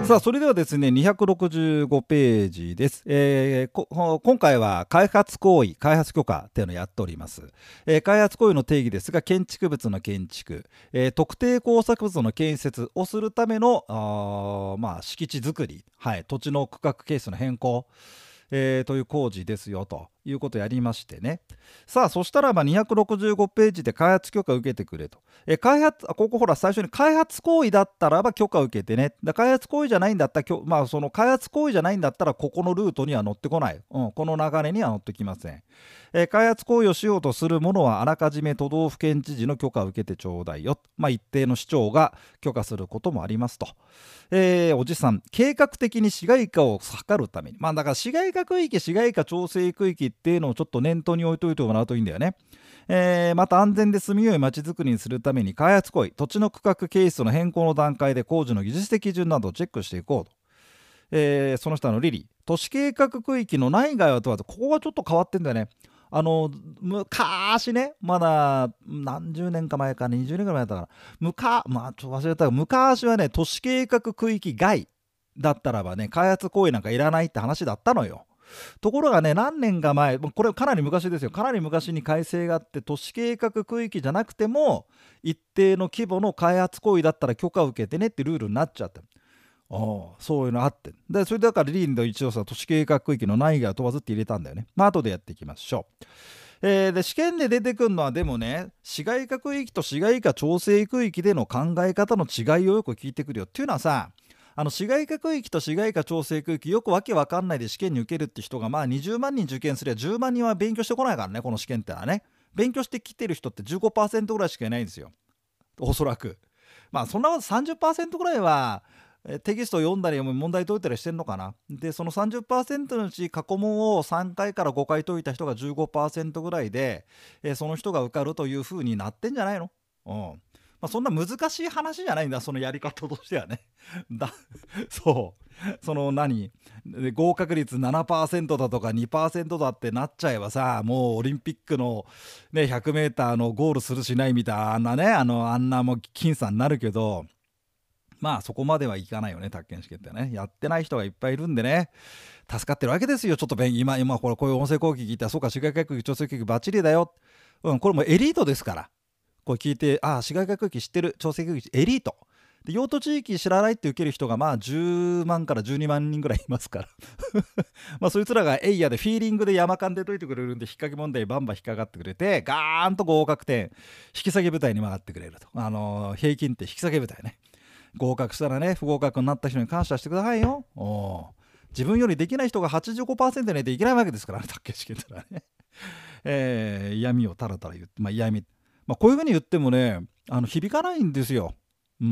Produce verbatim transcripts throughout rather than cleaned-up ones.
さあそれではですねにひゃくろくじゅうごページです、えー、こ今回は開発行為開発許可っていうのをやっております、えー、開発行為の定義ですが、建築物の建築、えー、特定工作物の建設をするためのあ、まあ、敷地作り、はい、土地の区画ケースの変更、えー、という工事ですよということをやりましてね。さあそしたらばにひゃくろくじゅうごページで開発許可を受けてくれと。え開発ここほら最初に開発行為だったらば許可を受けてね。だ開発行為じゃないんだったら、まあ、その開発行為じゃないんだったらここのルートには乗ってこない、うん、この流れには乗ってきません。え開発行為をしようとする者はあらかじめ都道府県知事の許可を受けてちょうだいよ、まあ、一定の市長が許可することもありますと。えー、おじさん計画的に市街化を図るために、まあだから市街化区域市街化調整区域っていうのをちょっと念頭に置いといてもらうといいんだよね。えー、また安全で住みよい街づくりにするために開発行為土地の区画ケースの変更の段階で工事の技術的基準などをチェックしていこうと。えー、その下のリリー都市計画区域の内外は問わず、ここがちょっと変わってんだよね。あの昔ね、まだ何十年か前かにじゅうねんか前だったから、むか、まあ、ちょっと忘れたけど昔はね都市計画区域外だったらばね開発行為なんかいらないって話だったのよ。ところがね何年か前、これかなり昔ですよ、かなり昔に改正があって、都市計画区域じゃなくても一定の規模の開発行為だったら許可を受けてねってルールになっちゃった。おそういうのあって、でそれだからリーンド一応さ都市計画区域の内外を問わずって入れたんだよね。まあ後でやっていきましょう。えー、で試験で出てくるのはでもね市街化区域と市街化調整区域での考え方の違いをよく聞いてくるよっていうのはさ、あの市街化区域と市街化調整区域よくわけわかんないで試験に受けるって人がまあにじゅうまんにん受験すればじゅうまんにんは勉強してこないからね。この試験ってのはね勉強してきてる人って じゅうごパーセント ぐらいしかいないんですよ、おそらく。まあそんなこと さんじゅっパーセント ぐらいはテキストを読んだり問題解いたりしてんのかな。でその さんじゅっパーセント のうち過去問をさんかいからごかい解いた人が じゅうごパーセント ぐらいで、えー、その人が受かるという風になってんじゃないの。うん、まあ、そんな難しい話じゃないんだ、そのやり方としてはね。だそうその何合格率 ななパーセント だとか にパーセント だってなっちゃえばさ、もうオリンピックの、ね、ひゃくメーターのゴールするしないみたいなね、あのあんなもう僅差になるけど、まあそこまではいかないよね、宅建試験ってね。やってない人がいっぱいいるんでね、助かってるわけですよ。ちょっと勉今今これこういう音声講義聞いたら、そうか市街化区域調整区域バッチリだよ、うん、これもエリートですから、これ聞いて、ああ市街化区域知ってる、調整区域エリートで、用途地域知らないって受ける人がまあじゅうまんからじゅうにまんにんぐらいいますからまあそいつらがエイヤでフィーリングで山間で解いてくれるんで、引っ掛け問題バンバン引っかかってくれて、ガーンと合格点引き下げ部隊に回ってくれると。あのー、平均って引き下げ部隊ね。合格したらね不合格になった人に感謝してくださいよ。お自分よりできない人が はちじゅうごパーセント にできないわけですからね、宅建試験ってのはねえー、嫌味をたらたら言って、まあ嫌味、まあ、こういうふうに言ってもねあの響かないんですよ。うん、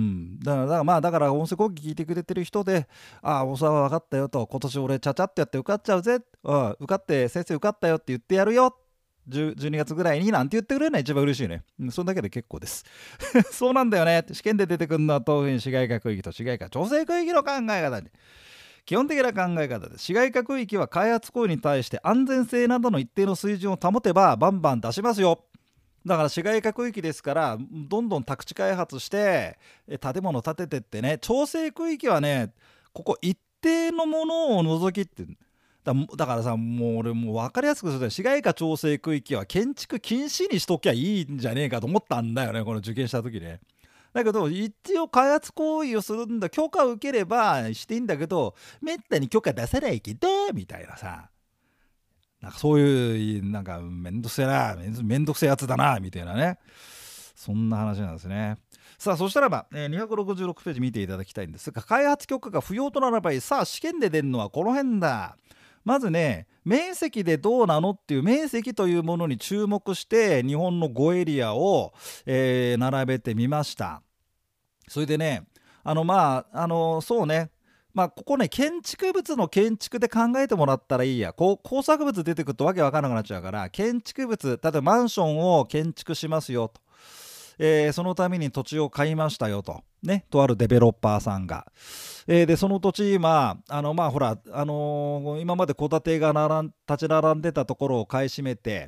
だからだからまあだから音声講義聞いてくれてる人で、ああ大沢分かったよと、今年俺ちゃちゃっとやって受かっちゃうぜ、うん、受かって先生受かったよって言ってやるよ、じゅうにがつぐらいになんて言ってくれるのが一番嬉しいね。うん、それだけで結構ですそうなんだよね。試験で出てくるのは当然市街化区域と市街化調整区域の考え方で、基本的な考え方で、市街化区域は開発行為に対して安全性などの一定の水準を保てばバンバン出しますよ。だから市街化区域ですからどんどん宅地開発して建物建ててってね、調整区域はねここ一定のものを除きってだ, だからさ、もう俺もう分かりやすくすると市街化調整区域は建築禁止にしときゃいいんじゃねえかと思ったんだよね、この受験した時ね。だけど一応開発行為をするんだ、許可を受ければしていいんだけど、めったに許可出さないけどみたいなさ、なんかそういうなんかめんどくせえなめんどくせえやつだなみたいなね、そんな話なんですね。さあそしたらば、えー、にひゃくろくじゅうろくページ見ていただきたいんですが、開発許可が不要となる場合、さあ試験で出るのはこの辺だ。まずね面積でどうなのっていう面積というものに注目して日本のごエリアを、えー、並べてみました。それでねあのまああのそうねまあここね建築物の建築で考えてもらったらいいや。こう工作物出てくるとわけわからなくなっちゃうから、建築物例えばマンションを建築しますよと、えー、そのために土地を買いましたよとね、とあるデベロッパーさんが、えー、でその土地まああのまあほら、あのー、今まで戸建てが並ん立ち並んでたところを買い占めて、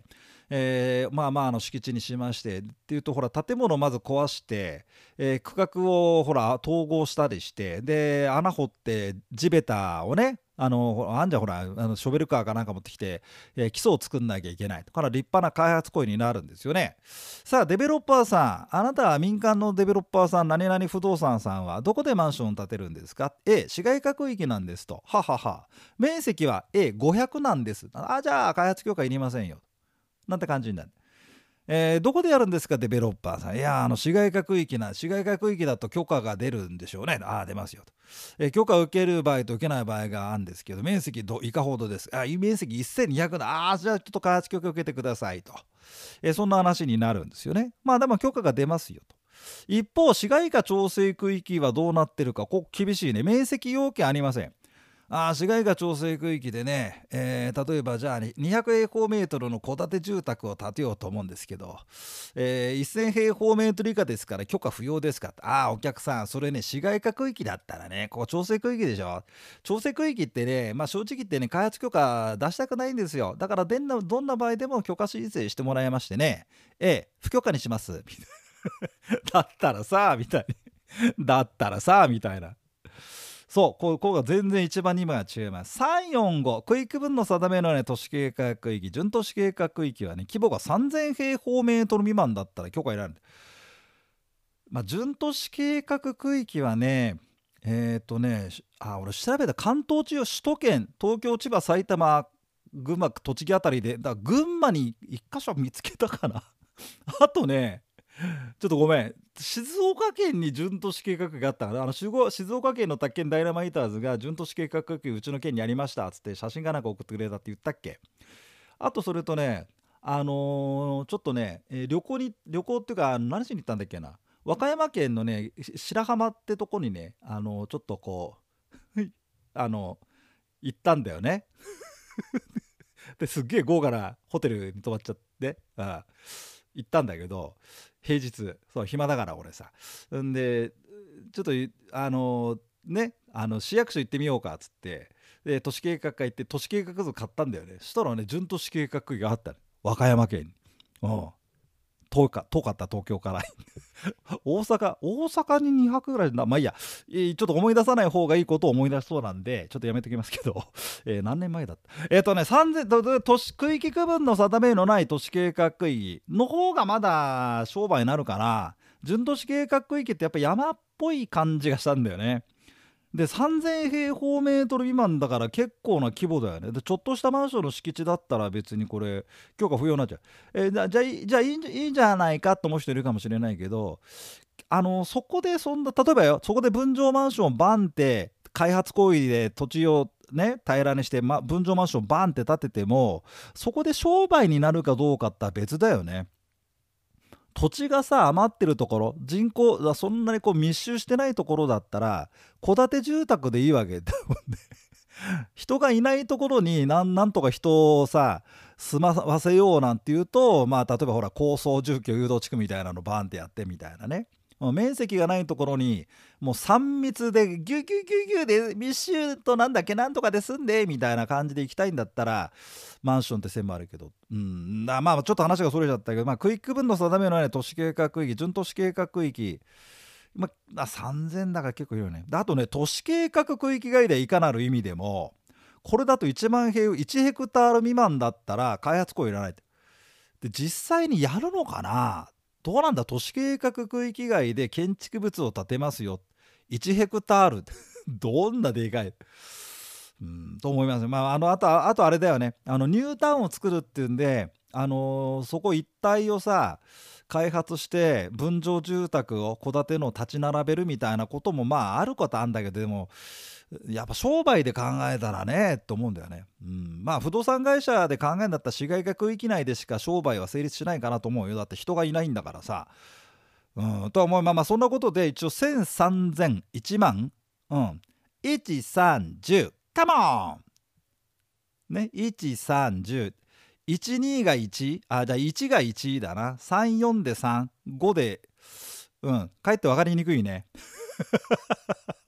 えーまあまああの敷地にしましてっていうと、ほら建物をまず壊して、えー区画をほら統合したりして、で穴掘って地べたをね、あのほらあんじゃんほらあのショベルカーかなんか持ってきて、えー基礎を作んなきゃいけないから立派な開発行為になるんですよね。さあデベロッパーさん、あなたは民間のデベロッパーさん、何々不動産さんはどこでマンションを建てるんですか。 A 市街化区域なんですと。ははは。面積は エーごひゃく なんです。あ、じゃあ開発許可いりませんよ、なんて感じになる。えーどこでやるんですかデベロッパーさん。いや、あの市街化区域な、市街化区域だと許可が出るんでしょうね。ああ、出ますよと。えー許可を受ける場合と受けない場合があるんですけど、面積どいかほどです。あ、面積せんにひゃくだ。ああ、じゃあちょっと開発許可受けてくださいと。えーそんな話になるんですよね。まあでも許可が出ますよと。一方、市街化調整区域はどうなってるか、ここ厳しいね。面積要件ありません。あー市街化調整区域でね、えー例えばじゃあにひゃく平方メートルの戸建て住宅を建てようと思うんですけど、えーせん平方メートル以下ですから許可不要ですか。ああ、お客さん、それね、市街化区域だったらね、ここ調整区域でしょ。調整区域ってね、まあ正直言ってね、開発許可出したくないんですよ。だからどんな、どんな場合でも許可申請してもらいましてね、ええ、不許可にします。みたいなだったらさ、みたいな。だったらさ、みたいな。そう、こう、こうが全然いちばんにばんが違います。さん、よん、ご。区域分の定めのね、都市計画区域、準都市計画区域はね、規模がさんぜん平方メートル未満だったら許可いられる。まあ、準都市計画区域はね、えっ、とね、しあ、俺調べた関東地方、首都圏、東京、千葉、埼玉、群馬、栃木あたりで、だから群馬にいっ箇所見つけたかな。あとね、ちょっとごめん。静岡県に準都市計画区があったから、あの静岡静岡県の宅建ダイナマイターズが準都市計画区うちの県にありましたっつって写真がなんか送ってくれたって言ったっけ。あとそれとね、あのーちょっとね、えー旅行に、旅行っていうか、あの何しに行ったんだっけな。和歌山県のね、し白浜ってとこにね、あのーちょっとこう、あの行ったんだよね。ですっげえ豪華なホテルに泊まっちゃって、ああ行ったんだけど、平日そう暇だから俺さ。んでちょっといあのねあの市役所行ってみようかっつって、で都市計画課行って都市計画図買ったんだよね。そしたらね、準都市計画区があったの、和歌山県に。うん遠か遠かった、東京から。大阪大阪ににはくぐらいな、まあいいや、えーちょっと思い出さない方がいいことを思い出しそうなんでちょっとやめときますけど、えー何年前だった。えっ、とねさんぜんとと都市区域区分の定めのない都市計画区域の方がまだ商売になるから、準都市計画区域ってやっぱ山っぽい感じがしたんだよね。でさんぜん平方メートル未満だから結構な規模だよね。でちょっとしたマンションの敷地だったら別にこれ許可不要になっちゃう。えーじゃじゃあいいじゃあいいんじゃいいんじゃないかと思う人いるかもしれないけど、あのそこでそんな例えばよ、そこで分譲マンションをバンって開発行為で土地をね平らにして、ま、分譲マンションをバンって建てても、そこで商売になるかどうかって別だよね。土地がさ余ってるところ、人口がそんなにこう密集してないところだったら戸建て住宅でいいわけだもんね。人がいないところになんなんとか人をさ住まわせようなんていうと、まあ例えばほら高層住居誘導地区みたいなのバンってやってみたいなね。もう面積がないところにもうさん密でギュギュギュギュで密集となんだっけなんとかで住んでみたいな感じで行きたいんだったらマンションって線もあるけど、うんだまあちょっと話がそれちゃったけど、まあ、区域分の定めのない都市計画区域、準都市計画区域、まあ、さんぜんだから結構広いよね。であとね、都市計画区域外でいかなる意味でも、これだといちまん平いちヘクタール未満だったら開発行為いらないって。で実際にやるのかな。どうなんだ、都市計画区域外で建築物を建てますよ、いちヘクタールどんなでかい、うんと思います。まあ、あのあとあとあれだよね、あのニュータウンを作るっていうんで、あのーそこ一帯をさ開発して分譲住宅を戸建ての立ち並べるみたいなこともまああることあるんだけど、でもやっぱ商売で考えたらねと思うんだよね。うん、まあ不動産会社で考えるんだったら市街化区域内でしか商売は成立しないかなと思うよ。だって人がいないんだからさ。うん、とは思う。まあまあそんなことで一応せんさんぜんいちまん、うん、いちさんじゅうカモンね、いちさんじゅういちにがいち、あじゃあいちがいちだな、さんよんでさん、ごでうんかえって分かりにくいね。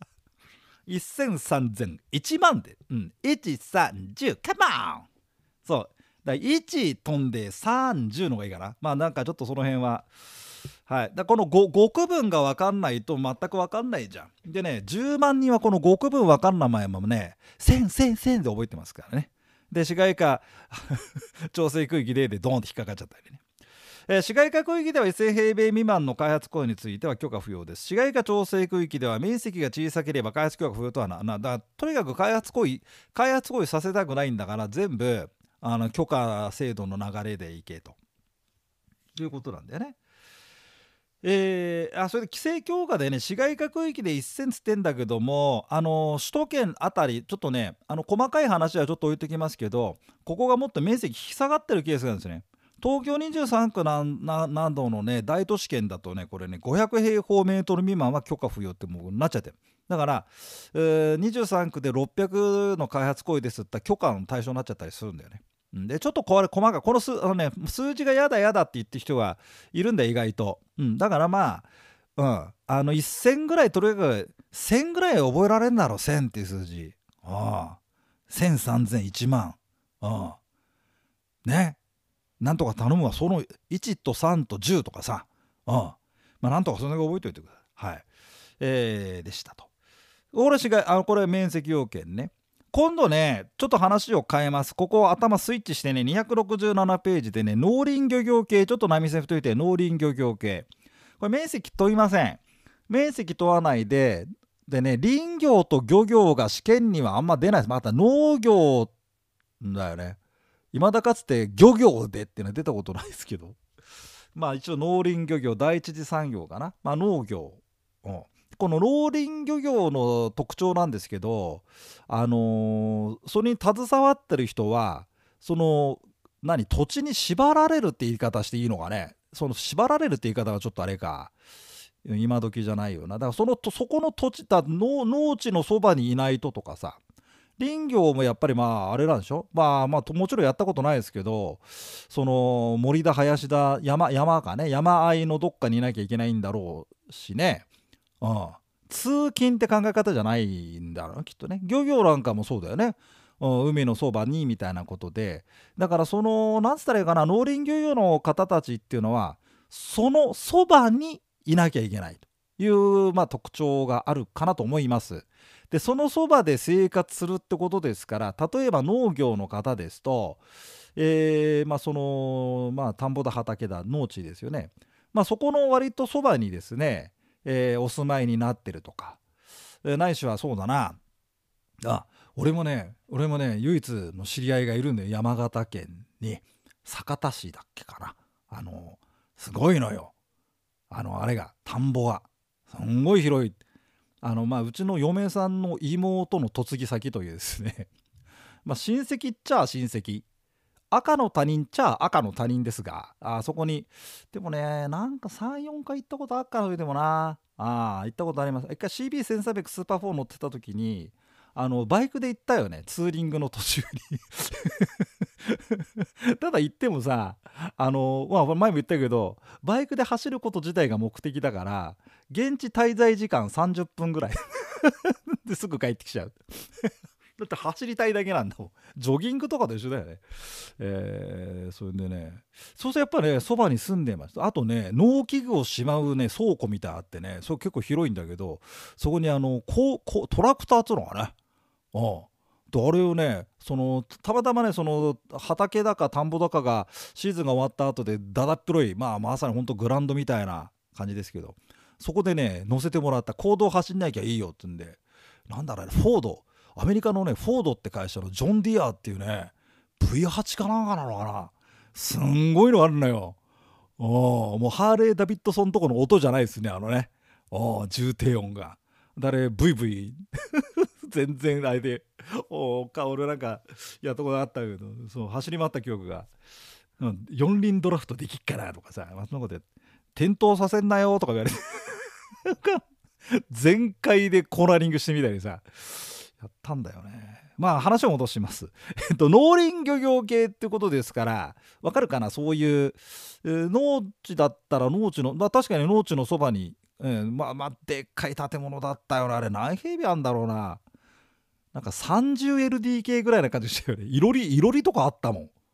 せんさんぜんいちまんで、うん、いちさんじゅうカモン。そうだいち飛んでさんじゅうのがいいかな。まあなんかちょっとその辺は、はい、だこの 5, 5区分が分かんないと全く分かんないじゃん。でね、じゅうまん人はこのご区分分かんない前もね、せん、せん、せんで覚えてますからね。で、市街化調整区域ででドーンって引っかかっちゃったりね。えー市街化区域ではせん平米未満の開発行為については許可不要です。市街化調整区域では面積が小さければ開発許可不要とはな、なだとにかく開発行為、開発行為させたくないんだから全部あの許可制度の流れでいけということなんだよね。えー、あそれで規制強化でね、市街化区域でせんつってんだけども、あの首都圏あたりちょっとね、あの細かい話はちょっと置いときますけど、ここがもっと面積引き下がってるケースがあるんですね。東京にじゅうさん区なななどのね大都市圏だとね、これねごひゃく平方メートル未満は許可不要ってもうなっちゃってる。だから、えー、にじゅうさん区でろっぴゃくの開発行為ですって許可の対象になっちゃったりするんだよね。でちょっとこれ細かいこの数あの、ね、数字がやだやだって言ってる人がいるんだよ意外と、うん、だからまあ、うん、あのせんぐらいとりあえずせんぐらい覚えられんだろせんっていう数字、ああせん、さんぜん、いちまん、ああね、なんとか頼むわそのいちとさんとじゅうとかさ、ああまあなんとかそれだけ覚えておいてください。はい、えー、でしたと。俺しがあのこれ面積要件ね。今度ねちょっと話を変えます。ここ頭スイッチしてねにひゃくろくじゅうななページでね農林漁業系ちょっと波線太いて農林漁業系これ面積問いません。面積問わないででね林業と漁業が試験にはあんま出ないです。また農業だよね。未だかつて漁業でっていうのは出たことないですけど、まあ一応農林漁業第一次産業かな、まあ農業、うん、この農林漁業の特徴なんですけど、あのーそれに携わってる人はその何土地に縛られるって言い方していいのかね。その縛られるって言い方はちょっとあれか今時じゃないよな。だからそのそこの土地だ農農地のそばにいないととかさ、林業もやっぱりまああれなんでしょ、まあまあともちろんやったことないですけど、その森田林田山山かね山あいのどっかにいなきゃいけないんだろうしね、うん、通勤って考え方じゃないんだろうなきっとね。漁業なんかもそうだよね、うん、海のそばにみたいなことで、だからそのなんつったらいいかな、農林漁業の方たちっていうのはそのそばにいなきゃいけないという、まあ、特徴があるかなと思います。でそのそばで生活するってことですから、例えば農業の方ですと、えーまあそのまあ田んぼだ畑だ農地ですよね、まあ、そこの割とそばにですね、えーお住まいになってるとか、えーないしはそうだなあ、俺もね俺もね唯一の知り合いがいるんだよ、山形県に酒田市だっけかな。あのすごいのよ、あのあれが田んぼがすんごい広い。あのまあうちの嫁さんの妹の嫁ぎ先というですねまあ親戚っちゃ親戚、赤の他人っちゃ赤の他人ですが、あそこにでもねなんかさん、よんかい行ったことあっかな。でもなあ行ったことあります。一回 シービーせんさんびゃく スーパーフォー乗ってた時にあのバイクで行ったよね、ツーリングの途中にただ行ってもさ、あのまあ前も言ったけどバイクで走ること自体が目的だから現地滞在時間さんじゅっぷんぐらいですぐ帰ってきちゃうだって走りたいだけなんだもん。ジョギングとかと一緒だよね。えー、それでね、そうするとやっぱりね、そばに住んでます。あとね、農機具をしまうね、倉庫みたいなのあってね、それ結構広いんだけど、そこにあの、こうこうトラクターっつうのがね、うん。であれをね、そのたまたまね、その畑だか田んぼだかがシーズンが終わった後でだだっ広い、まあまさにほんとグラウンドみたいな感じですけど、そこでね乗せてもらった。公道走んなきゃいいよってんで、なんだろうね、フォード、アメリカのねフォードって会社のジョン・ディアっていうね ブイはち かなんかなのかな、すんごいのあるのよ。おもうハーレー・ダビッドソンとこの音じゃないですね、あのね、お重低音が誰ブイブイ全然あれで、おか俺なんかやったことあったけど、そう走り回った記憶が、うん、四輪ドラフトできっかなとかさ、そのことで転倒させんなよとか言われて全開でコーナリングしてみたりさやったんだよね。まあ話を戻しますえっと農林漁業系ってことですからわかるかな。そういう、えー農地だったら農地の、まあ、確かに農地のそばに、えーまあまあでっかい建物だったよな。あれ何平米あんだろうな。なんか さんじゅうエルディーケー ぐらいな感じしたよね。いろりいろりとかあったもん。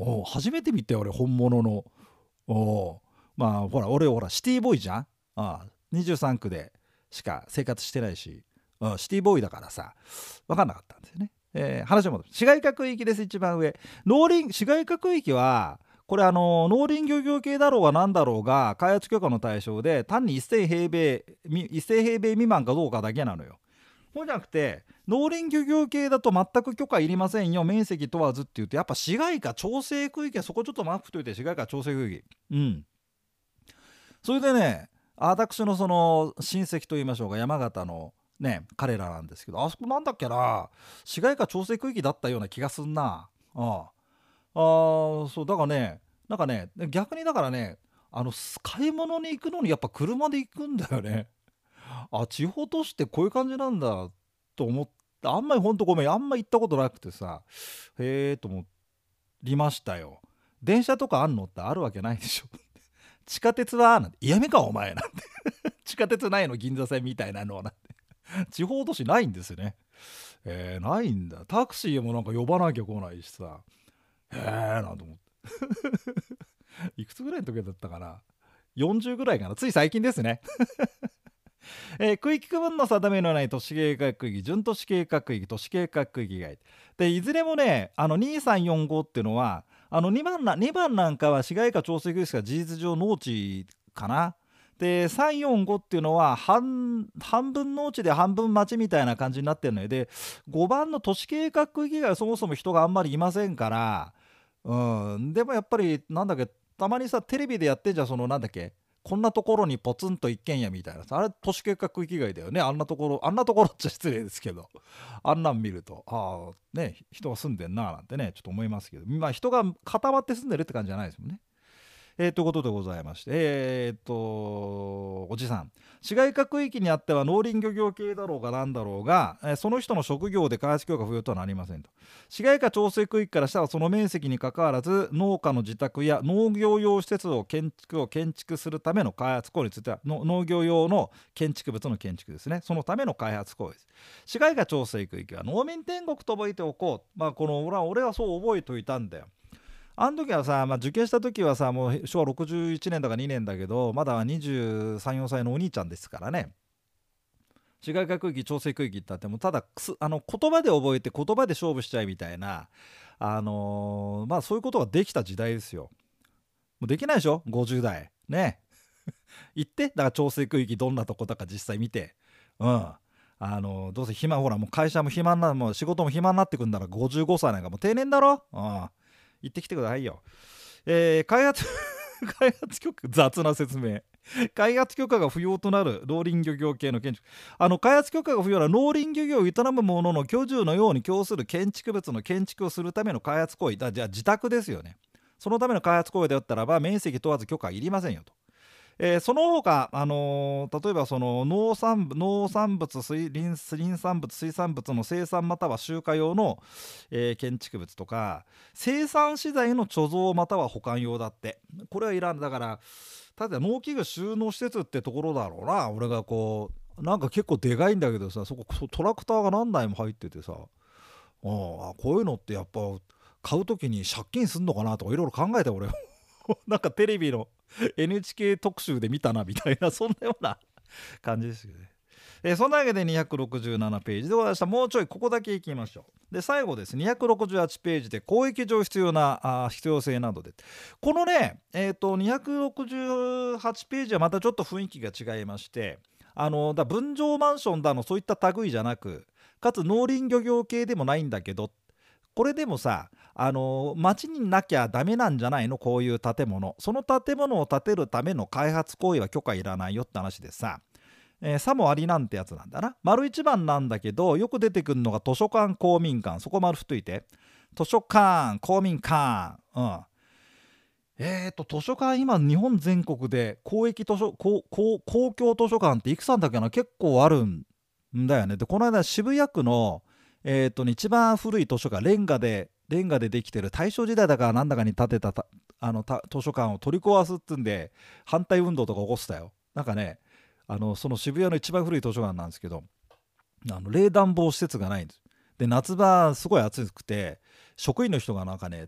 お初めて見たよ俺本物の。おまあほら俺ほらシティボーイじゃん。あにじゅうさん区でしか生活してないし、うん、シティボーイだからさ分かんなかったんですよね。えー、話を戻る。市街化区域です。一番上農林市街化区域はこれあの農林漁業系だろうが何だろうが開発許可の対象で単にせん平米せん平米未満かどうかだけなのよ。そうじゃなくて農林漁業系だと全く許可いりませんよ面積問わずって言うとやっぱ市街化調整区域はそこちょっとマークしといて市街化調整区域うんそれでね私のその親戚といいましょうか山形のね彼らなんですけどあそこなんだっけな市街化調整区域だったような気がすんなああーそうだからねなんかね逆にだからねあの買い物に行くのにやっぱ車で行くんだよねあ地方都市ってこういう感じなんだと思ってあんまりほんとごめんあんま行ったことなくてさへえと思りましたよ。電車とかあんのってあるわけないでしょ地下鉄はなんて嫌味かお前なんて地下鉄ないの銀座線みたいなのはなんて地方都市ないんですよね。えー、ないんだタクシーもなんか呼ばなきゃ来ないしさへえなんて思っていくつぐらいの時だったかなよんじゅうぐらいかなつい最近ですねえー、区域区分の定めのない都市計画区域準都市計画区域都市計画区域外でいずれもねあのにさんよんごっていうのはあのにばんなにばんなんかは市街化調整区域が事実上農地かなでさんよんごっていうのは 半, 半分農地で半分町みたいな感じになってるのでごばんの都市計画区域外はそもそも人があんまりいませんからうんでもやっぱりなんだっけたまにさテレビでやってんじゃんそのなんだっけこんなところにポツンと一軒家みたいなあれ都市計画区域外だよねあんなところあんなところっちゃ失礼ですけどあんなん見るとああね人が住んでんななんてねちょっと思いますけどまあ人が固まって住んでるって感じじゃないですもんね。えー、ということでございまして、えー、っとおじさん市街化区域にあっては農林漁業系だろうが何だろうが、えー、その人の職業で開発許可不要とはなりませんと。市街化調整区域からしたらその面積にかかわらず農家の自宅や農業用施設を建築を建築するための開発行為についてはの農業用の建築物の建築ですねそのための開発行為です。市街化調整区域は農民天国と覚えておこうまあこの俺は俺はそう覚えといたんだよ。あの時はさ、まあ、受験した時はさもうしょわろくじゅういちねんだかにねんだけどまだにじゅうさん、よんさいのお兄ちゃんですからね市街化区域調整区域ってあってもただあの言葉で覚えて言葉で勝負しちゃいみたいなあのー、まあそういうことができた時代ですよ。もうできないでしょごじゅう代ね行ってだから調整区域どんなとこだか実際見てうんあのどうせ暇ほらもう会社も暇なもう仕事も暇になってくんだらごじゅうごさいなんかもう定年だろうん行ってきてくださいよ。えー、開発開発許可雑な説明開発許可が不要となる農林漁業系の建築あの開発許可が不要な農林漁業を営む者の居住のように供する建築物の建築をするための開発行為だじゃあ自宅ですよね。そのための開発行為であったらば面積問わず許可いりませんよと。えー、その他、あのー、例えばその農産農産物水林林産物水産物の生産または集荷用の、えー、建築物とか生産資材の貯蔵または保管用だってこれはいらんだからただ農機具収納施設ってところだろうな俺がこうなんか結構でかいんだけどさそこトラクターが何台も入っててさあこういうのってやっぱ買う時に借金すんのかなとかいろいろ考えて俺なんかテレビのエヌエイチケー 特集で見たなみたいなそんなような感じですよね。えー、そんなわけでにひゃくろくじゅうななページでございました。もうちょいここだけいきましょう。で最後ですにひゃくろくじゅうはちページで公益上必要なあ必要性などでこのねえっ、ー、とにひゃくろくじゅうはちページはまたちょっと雰囲気が違いましてあのだ分譲マンションだのそういった類じゃなくかつ農林漁業系でもないんだけどこれでもさあの町になきゃダメなんじゃないのこういう建物その建物を建てるための開発行為は許可いらないよって話でさ、えー、さもありなんてやつなんだな。丸一番なんだけどよく出てくるのが図書館公民館そこ丸ふっといて図書館公民館うんえーと図書館今日本全国で公益図書公公公共図書館っていくつなんだっけな結構あるんだよね。でこの間渋谷区のえーとね、一番古い図書館レンガでレンガでできてる大正時代だからなんだかに建てたたあのた図書館を取り壊すってんで反対運動とか起こしたよ。なんかねあのその渋谷の一番古い図書館なんですけどあの冷暖房施設がないんです。で夏場すごい暑くて職員の人がなんかね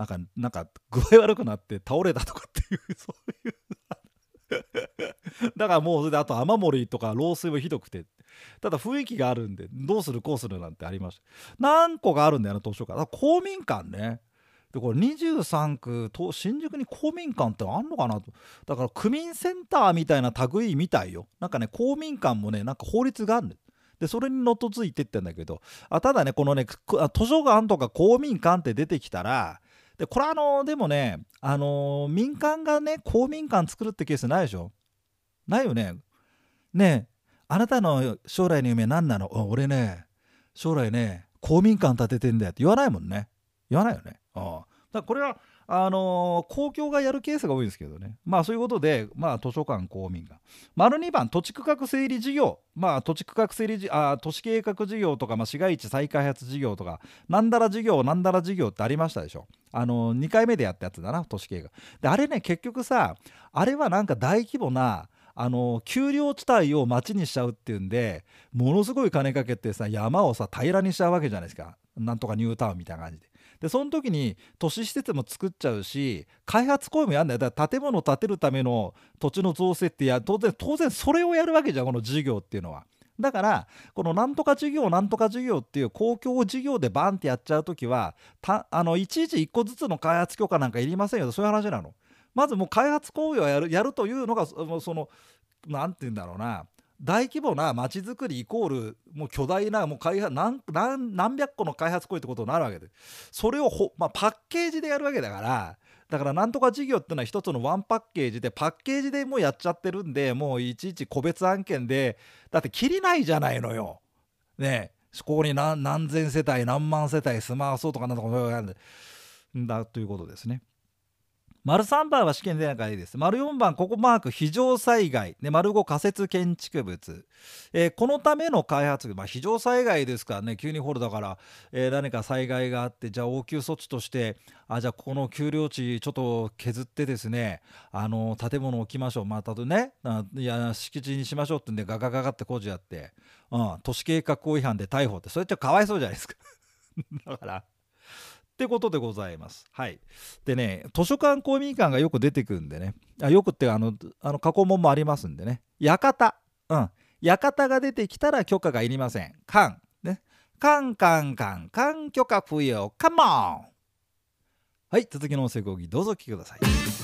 なんかなんか具合悪くなって倒れたとかっていうそういうだからもうそれであと雨漏りとか漏水もひどくて、ただ雰囲気があるんでどうするこうするなんてありました。何個かあるんだよな図書館。だから公民館ね。でこれにじゅうさんくと新宿に公民館ってあんのかなと。だから区民センターみたいな類みたいよ。なんかね公民館もねなんか法律があるんで、それにのっとついてってんだけど、あただねこのね図書館とか公民館って出てきたら、でこれあのでもねあのー民間がね公民館作るってケースないでしょ。ないよね。ねえあなたの将来の夢何なの。あ俺ね将来ね公民館建ててんだよって言わないもんね。言わないよね。ああだからこれはあのー公共がやるケースが多いんですけどね。まあそういうことで、まあ、図書館公民館丸にばん土地区画整理事業、まあ土地区画整理じあ都市計画事業とか、まあ、市街地再開発事業とかなんだら事業なんだら事業ってありましたでしょ。あのー、にかいめでやったやつだな都市計画で。あれね結局さあれはなんか大規模なあの丘陵地帯を町にしちゃうっていうんでものすごい金かけてさ山をさ平らにしちゃうわけじゃないですか。なんとかニュータウンみたいな感じで。でその時に都市施設も作っちゃうし開発行為もやんだよ。だから建物を建てるための土地の造成ってや当然当然それをやるわけじゃんこの事業っていうのは。だからこのなんとか事業なんとか事業っていう公共事業でバンってやっちゃう時はたあのいちいちいっこずつの開発許可なんかいりませんよ。そういう話なの。まずもう開発行為をやるやるというのがそそのなんて言うんだろうな大規模な街づくりイコールもう巨大なもう開発 何, 何, 何百個の開発行為ってことになるわけで、それをほ、まあ、パッケージでやるわけだから。だからなんとか事業っていうのは一つのワンパッケージでパッケージでもうやっちゃってるんで、もういちいち個別案件でだってきりないじゃないのよ。ねえここに 何, 何千世帯何万世帯住まわそうとかなんとかやるんだということですね。丸さんばんは試験でないからいいです。丸よんばんここマーク非常災害で丸ご仮設建築物、えーこのための開発、まあ、非常災害ですからね急に掘るだから、えー何か災害があってじゃあ応急措置としてあじゃあこの丘陵地ちょっと削ってですねあの建物を置きましょう、まあたとねあいや敷地にしましょうってんでガガガガって工事やって、うん、都市計画法違反で逮捕ってそれってかわいそうじゃないですかだからってことでございます。はい。でね、図書館公民館がよく出てくるんでね、あよくってあのあの過去問もありますんでね、館、うん、館が出てきたら許可がいりません。館ね、館館館館許可不要、カモン。はい、続きの音声講義どうぞお聞きください。